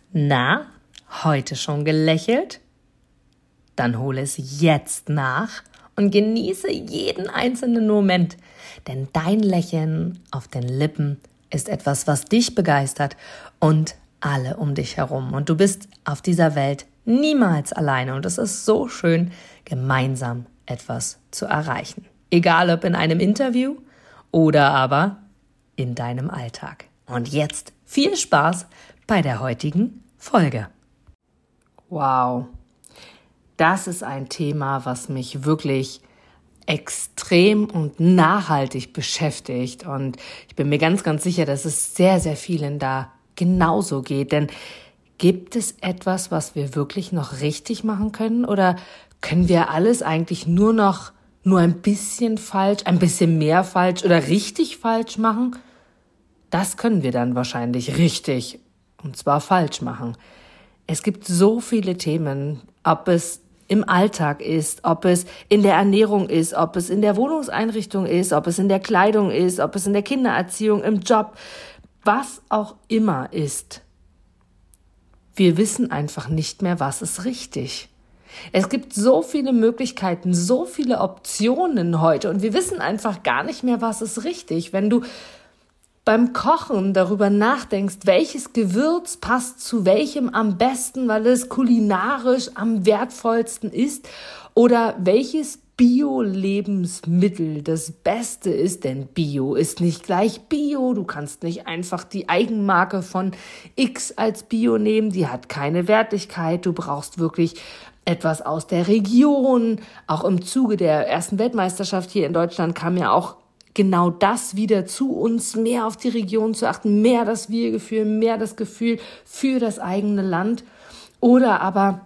Na, heute schon gelächelt? Dann hole es jetzt nach und genieße jeden einzelnen Moment, denn dein Lächeln auf den Lippen ist etwas, was dich begeistert und alle um dich herum. Und du bist auf dieser Welt niemals alleine und es ist so schön, gemeinsam etwas zu erreichen. Egal ob in einem Interview oder aber in deinem Alltag. Und jetzt viel Spaß bei der heutigen Folge. Wow, das ist ein Thema, was mich wirklich extrem und nachhaltig beschäftigt. Und ich bin mir ganz, ganz sicher, dass es sehr, sehr vielen da genauso geht. Denn gibt es etwas, was wir wirklich noch richtig machen können? Oder können wir alles eigentlich nur ein bisschen falsch, ein bisschen mehr falsch oder richtig falsch machen? Das können wir dann wahrscheinlich richtig und zwar falsch machen. Es gibt so viele Themen, ob es im Alltag ist, ob es in der Ernährung ist, ob es in der Wohnungseinrichtung ist, ob es in der Kleidung ist, ob es in der Kindererziehung, im Job, was auch immer ist. Wir wissen einfach nicht mehr, was ist richtig. Es gibt so viele Möglichkeiten, so viele Optionen heute und wir wissen einfach gar nicht mehr, was ist richtig. Wenn du beim Kochen darüber nachdenkst, welches Gewürz passt zu welchem am besten, weil es kulinarisch am wertvollsten ist, oder welches Bio-Lebensmittel das Beste ist, denn Bio ist nicht gleich Bio. Du kannst nicht einfach die Eigenmarke von X als Bio nehmen, die hat keine Wertigkeit. Du brauchst wirklich etwas aus der Region. Auch im Zuge der ersten Weltmeisterschaft hier in Deutschland kam ja auch genau das wieder zu uns, mehr auf die Region zu achten, mehr das Wir-Gefühl, mehr das Gefühl für das eigene Land. Oder aber,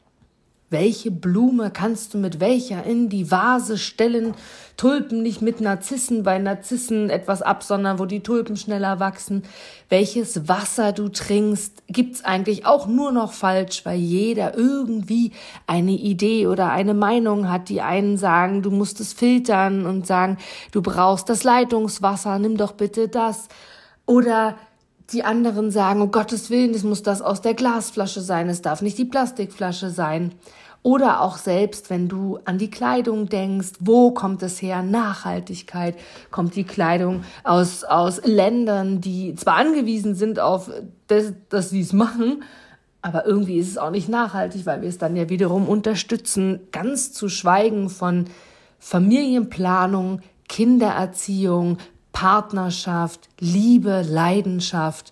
welche Blume kannst du mit welcher in die Vase stellen? Tulpen nicht mit Narzissen, weil Narzissen etwas absondern, wo die Tulpen schneller wachsen. Welches Wasser du trinkst, gibt's eigentlich auch nur noch falsch, weil jeder irgendwie eine Idee oder eine Meinung hat. Die einen sagen, du musst es filtern und sagen, du brauchst das Leitungswasser, nimm doch bitte das. Oder die anderen sagen, um Gottes Willen, es muss das aus der Glasflasche sein, es darf nicht die Plastikflasche sein. Oder auch selbst, wenn du an die Kleidung denkst, wo kommt es her? Nachhaltigkeit. Kommt die Kleidung aus Ländern, die zwar angewiesen sind auf das, dass sie es machen, aber irgendwie ist es auch nicht nachhaltig, weil wir es dann ja wiederum unterstützen. Ganz zu schweigen von Familienplanung, Kindererziehung, Partnerschaft, Liebe, Leidenschaft.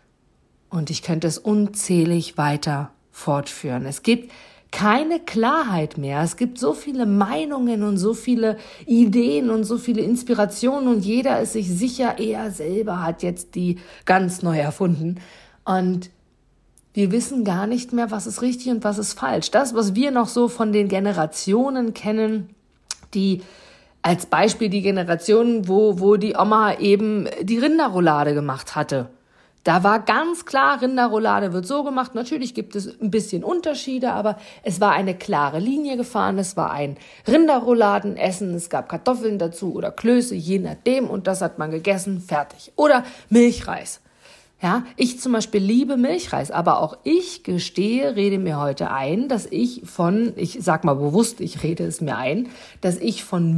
Und ich könnte es unzählig weiter fortführen. Es gibt keine Klarheit mehr. Es gibt so viele Meinungen und so viele Ideen und so viele Inspirationen und jeder ist sich sicher, er selber hat jetzt die ganz neu erfunden. Und wir wissen gar nicht mehr, was ist richtig und was ist falsch. Das, was wir noch so von den Generationen kennen, die als Beispiel die Generation, wo die Oma eben die Rinderroulade gemacht hatte. Da war ganz klar, Rinderroulade wird so gemacht. Natürlich gibt es ein bisschen Unterschiede, aber es war eine klare Linie gefahren. Es war ein Rinderrouladenessen. Es gab Kartoffeln dazu oder Klöße, je nachdem. Und das hat man gegessen, fertig. Oder Milchreis. Ja, ich zum Beispiel liebe Milchreis, aber auch ich rede mir heute ein, dass ich sag mal bewusst, ich rede es mir ein, dass ich von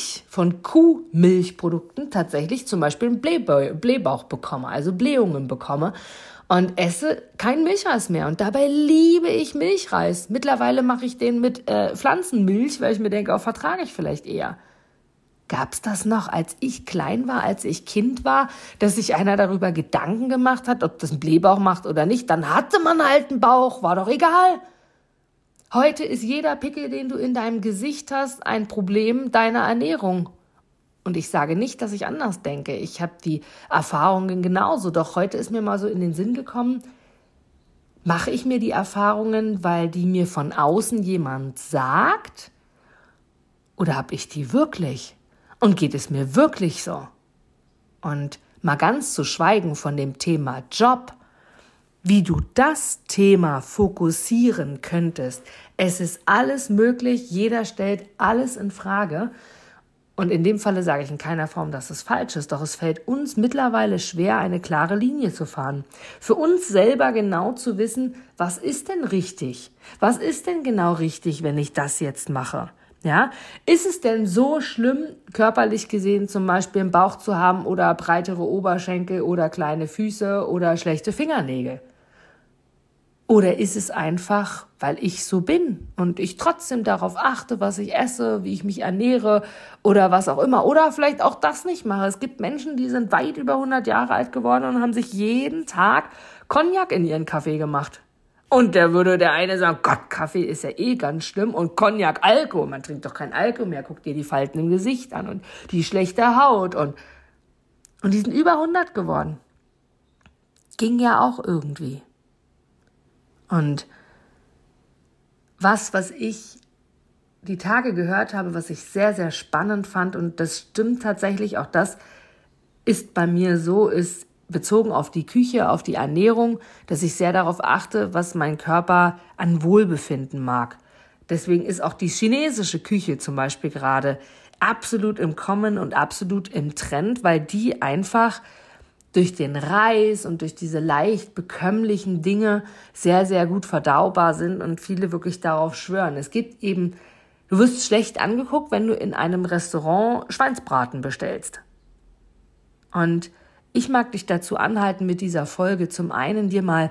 Kuhmilchprodukten tatsächlich zum Beispiel einen Blähbauch bekomme, also Blähungen bekomme und esse keinen Milchreis mehr. Und dabei liebe ich Milchreis. Mittlerweile mache ich den mit Pflanzenmilch, weil ich mir denke, vertrage ich vielleicht eher. Gab's das noch, als ich klein war, als ich Kind war, dass sich einer darüber Gedanken gemacht hat, ob das einen Blähbauch macht oder nicht? Dann hatte man halt einen Bauch, war doch egal. Heute ist jeder Pickel, den du in deinem Gesicht hast, ein Problem deiner Ernährung. Und ich sage nicht, dass ich anders denke. Ich habe die Erfahrungen genauso. Doch heute ist mir mal so in den Sinn gekommen, mache ich mir die Erfahrungen, weil die mir von außen jemand sagt? Oder habe ich die wirklich? Und geht es mir wirklich so? Und mal ganz zu schweigen von dem Thema Job, wie du das Thema fokussieren könntest. Es ist alles möglich, jeder stellt alles in Frage. Und in dem Falle sage ich in keiner Form, dass es falsch ist, doch es fällt uns mittlerweile schwer, eine klare Linie zu fahren. Für uns selber genau zu wissen, was ist denn richtig? Was ist denn genau richtig, wenn ich das jetzt mache? Ja, ist es denn so schlimm, körperlich gesehen zum Beispiel einen Bauch zu haben oder breitere Oberschenkel oder kleine Füße oder schlechte Fingernägel? Oder ist es einfach, weil ich so bin und ich trotzdem darauf achte, was ich esse, wie ich mich ernähre oder was auch immer. Oder vielleicht auch das nicht mache. Es gibt Menschen, die sind weit über 100 Jahre alt geworden und haben sich jeden Tag Cognac in ihren Kaffee gemacht. Und der eine sagen, Gott, Kaffee ist ja eh ganz schlimm und Cognac, Alkohol. Man trinkt doch kein Alkohol mehr. Guck dir die Falten im Gesicht an und die schlechte Haut. Und die sind über 100 geworden. Ging ja auch irgendwie. Und was ich die Tage gehört habe, was ich sehr, sehr spannend fand, und das stimmt tatsächlich, auch das ist bei mir so, ist bezogen auf die Küche, auf die Ernährung, dass ich sehr darauf achte, was mein Körper an Wohlbefinden mag. Deswegen ist auch die chinesische Küche zum Beispiel gerade absolut im Kommen und absolut im Trend, weil die einfach durch den Reis und durch diese leicht bekömmlichen Dinge sehr, sehr gut verdaubar sind und viele wirklich darauf schwören. Es gibt eben, du wirst schlecht angeguckt, wenn du in einem Restaurant Schweinsbraten bestellst. Und ich mag dich dazu anhalten, mit dieser Folge zum einen dir mal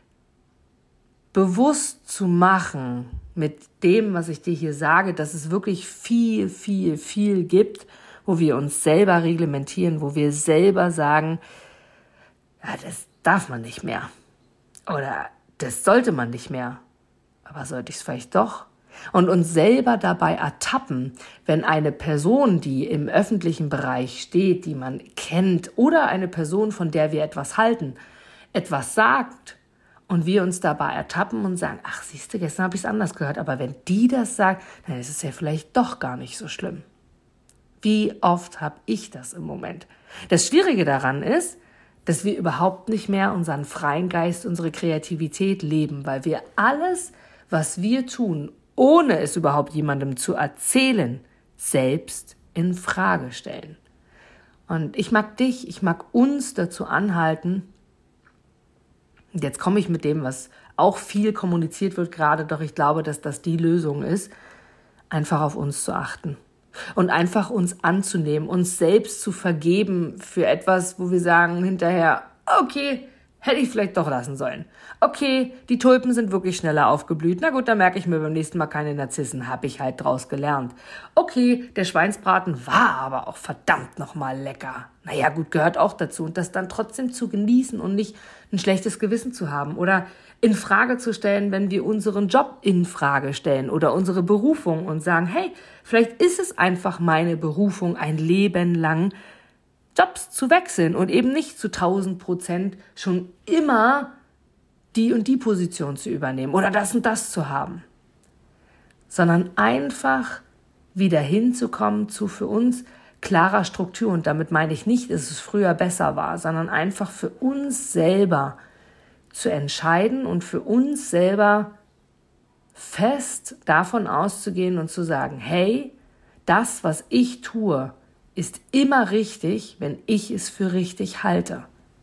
bewusst zu machen, mit dem, was ich dir hier sage, dass es wirklich viel, viel, viel gibt, wo wir uns selber reglementieren, wo wir selber sagen, ja, das darf man nicht mehr. Oder das sollte man nicht mehr. Aber sollte ich es vielleicht doch? Und uns selber dabei ertappen, wenn eine Person, die im öffentlichen Bereich steht, die man kennt, oder eine Person, von der wir etwas halten, etwas sagt und wir uns dabei ertappen und sagen, ach siehst du, gestern habe ich es anders gehört, aber wenn die das sagt, dann ist es ja vielleicht doch gar nicht so schlimm. Wie oft habe ich das im Moment? Das Schwierige daran ist, dass wir überhaupt nicht mehr unseren freien Geist, unsere Kreativität leben, weil wir alles, was wir tun, ohne es überhaupt jemandem zu erzählen, selbst in Frage stellen. Und ich mag uns dazu anhalten, jetzt komme ich mit dem, was auch viel kommuniziert wird gerade, doch ich glaube, dass das die Lösung ist, einfach auf uns zu achten. Und einfach uns anzunehmen, uns selbst zu vergeben für etwas, wo wir sagen hinterher, okay, hätte ich vielleicht doch lassen sollen. Okay, die Tulpen sind wirklich schneller aufgeblüht. Na gut, dann merke ich mir beim nächsten Mal keine Narzissen, habe ich halt draus gelernt. Okay, der Schweinsbraten war aber auch verdammt nochmal lecker. Naja gut, gehört auch dazu. Und das dann trotzdem zu genießen und nicht ein schlechtes Gewissen zu haben oder in Frage zu stellen, wenn wir unseren Job in Frage stellen oder unsere Berufung und sagen, hey, vielleicht ist es einfach meine Berufung, ein Leben lang Jobs zu wechseln und eben nicht zu 1000% schon immer die und die Position zu übernehmen oder das und das zu haben, sondern einfach wieder hinzukommen zu für uns klarer Struktur. Und damit meine ich nicht, dass es früher besser war, sondern einfach für uns selber zu entscheiden und für uns selber fest davon auszugehen und zu sagen, hey, das, was ich tue, ist immer richtig, wenn ich es für richtig halte.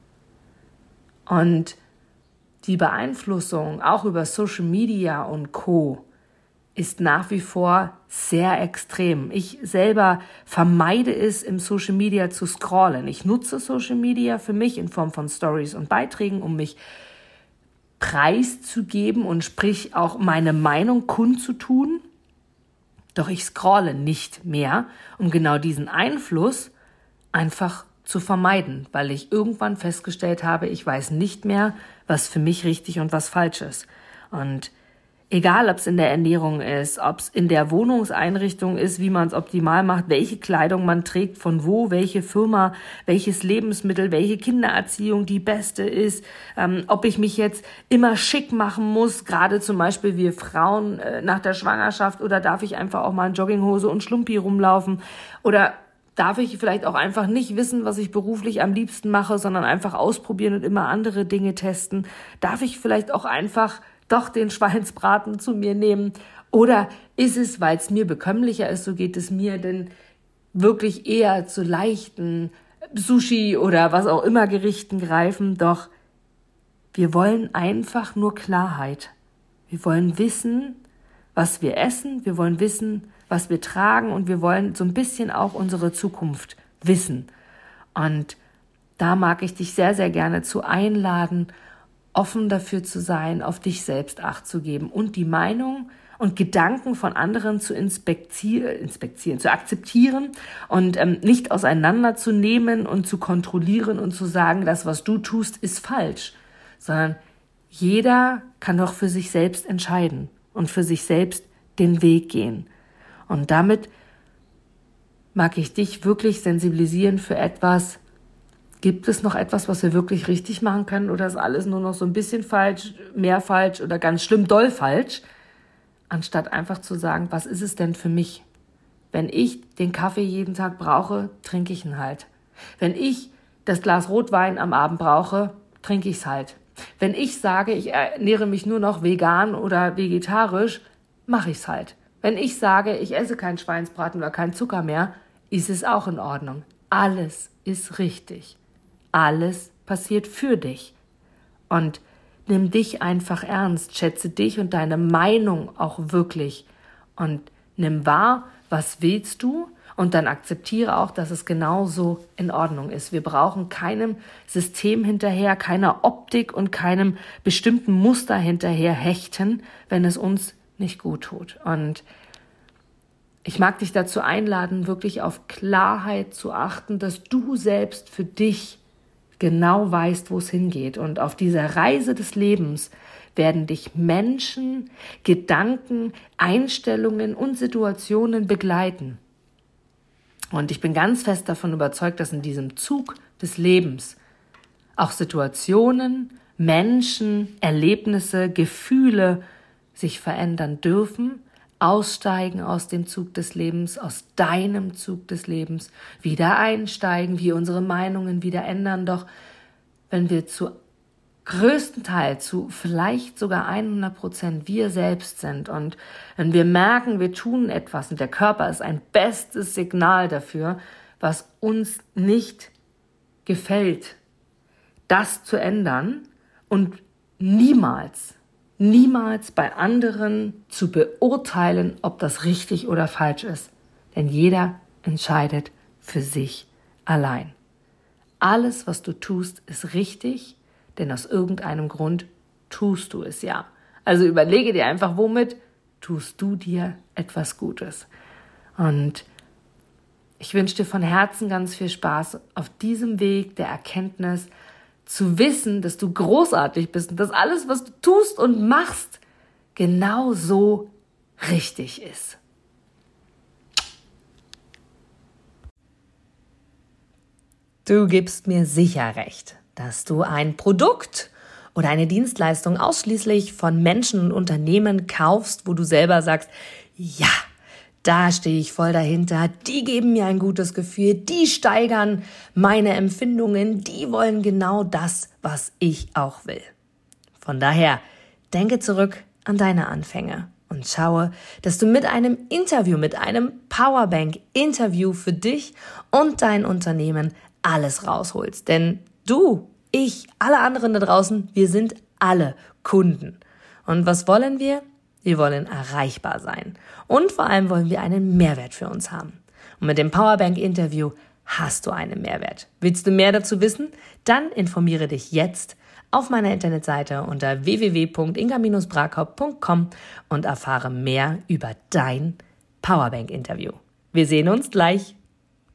Und die Beeinflussung, auch über Social Media und Co., ist nach wie vor sehr extrem. Ich selber vermeide es, im Social Media zu scrollen. Ich nutze Social Media für mich in Form von Stories und Beiträgen, um mich preiszugeben und sprich auch meine Meinung kundzutun. Doch ich scrolle nicht mehr, um genau diesen Einfluss einfach zu vermeiden, weil ich irgendwann festgestellt habe, ich weiß nicht mehr, was für mich richtig und was falsch ist. Und egal, ob es in der Ernährung ist, ob es in der Wohnungseinrichtung ist, wie man es optimal macht, welche Kleidung man trägt, von wo, welche Firma, welches Lebensmittel, welche Kindererziehung die beste ist, ob ich mich jetzt immer schick machen muss, gerade zum Beispiel wir Frauen nach der Schwangerschaft, oder darf ich einfach auch mal in Jogginghose und Schlumpi rumlaufen, oder darf ich vielleicht auch einfach nicht wissen, was ich beruflich am liebsten mache, sondern einfach ausprobieren und immer andere Dinge testen? Darf ich vielleicht auch einfach doch den Schweinsbraten zu mir nehmen? Oder ist es, weil es mir bekömmlicher ist, so geht es mir, denn wirklich eher zu leichten Sushi oder was auch immer Gerichten greifen, doch wir wollen einfach nur Klarheit. Wir wollen wissen, was wir essen, wir wollen wissen, was wir tragen und wir wollen so ein bisschen auch unsere Zukunft wissen. Und da mag ich dich sehr, sehr gerne zu einladen, offen dafür zu sein, auf dich selbst Acht zu geben und die Meinung und Gedanken von anderen zu zu akzeptieren und nicht auseinanderzunehmen und zu kontrollieren und zu sagen, das, was du tust, ist falsch, sondern jeder kann doch für sich selbst entscheiden und für sich selbst den Weg gehen. Und damit mag ich dich wirklich sensibilisieren für etwas. Gibt es noch etwas, was wir wirklich richtig machen können, oder ist alles nur noch so ein bisschen falsch, mehr falsch oder ganz schlimm doll falsch? Anstatt einfach zu sagen, was ist es denn für mich? Wenn ich den Kaffee jeden Tag brauche, trinke ich ihn halt. Wenn ich das Glas Rotwein am Abend brauche, trinke ich es halt. Wenn ich sage, ich ernähre mich nur noch vegan oder vegetarisch, mache ich es halt. Wenn ich sage, ich esse keinen Schweinsbraten oder keinen Zucker mehr, ist es auch in Ordnung. Alles ist richtig. Alles passiert für dich. Und nimm dich einfach ernst, schätze dich und deine Meinung auch wirklich und nimm wahr, was willst du, und dann akzeptiere auch, dass es genauso in Ordnung ist. Wir brauchen keinem System hinterher, keiner Optik und keinem bestimmten Muster hinterher hechten, wenn es uns nicht gut tut. Und ich mag dich dazu einladen, wirklich auf Klarheit zu achten, dass du selbst für dich genau weißt, wo es hingeht. Und auf dieser Reise des Lebens werden dich Menschen, Gedanken, Einstellungen und Situationen begleiten. Und ich bin ganz fest davon überzeugt, dass in diesem Zug des Lebens auch Situationen, Menschen, Erlebnisse, Gefühle sich verändern dürfen, aussteigen aus dem Zug des Lebens, aus deinem Zug des Lebens, wieder einsteigen, wir unsere Meinungen wieder ändern. Doch wenn wir zu größten Teil, zu vielleicht sogar 100% wir selbst sind und wenn wir merken, wir tun etwas und der Körper ist ein bestes Signal dafür, was uns nicht gefällt, das zu ändern und niemals bei anderen zu beurteilen, ob das richtig oder falsch ist. Denn jeder entscheidet für sich allein. Alles, was du tust, ist richtig, denn aus irgendeinem Grund tust du es ja. Also überlege dir einfach, womit tust du dir etwas Gutes. Und ich wünsche dir von Herzen ganz viel Spaß auf diesem Weg der Erkenntnis, zu wissen, dass du großartig bist und dass alles, was du tust und machst, genau so richtig ist. Du gibst mir sicher recht, dass du ein Produkt oder eine Dienstleistung ausschließlich von Menschen und Unternehmen kaufst, wo du selber sagst, ja, da stehe ich voll dahinter, die geben mir ein gutes Gefühl, die steigern meine Empfindungen, die wollen genau das, was ich auch will. Von daher, denke zurück an deine Anfänge und schaue, dass du mit einem Interview, mit einem Powerbank-Interview für dich und dein Unternehmen alles rausholst. Denn du, ich, alle anderen da draußen, wir sind alle Kunden. Und was wollen wir? Wir wollen erreichbar sein. Und vor allem wollen wir einen Mehrwert für uns haben. Und mit dem Powerbank-Interview hast du einen Mehrwert. Willst du mehr dazu wissen? Dann informiere dich jetzt auf meiner Internetseite unter www.inga-brakop.com und erfahre mehr über dein Powerbank-Interview. Wir sehen uns gleich.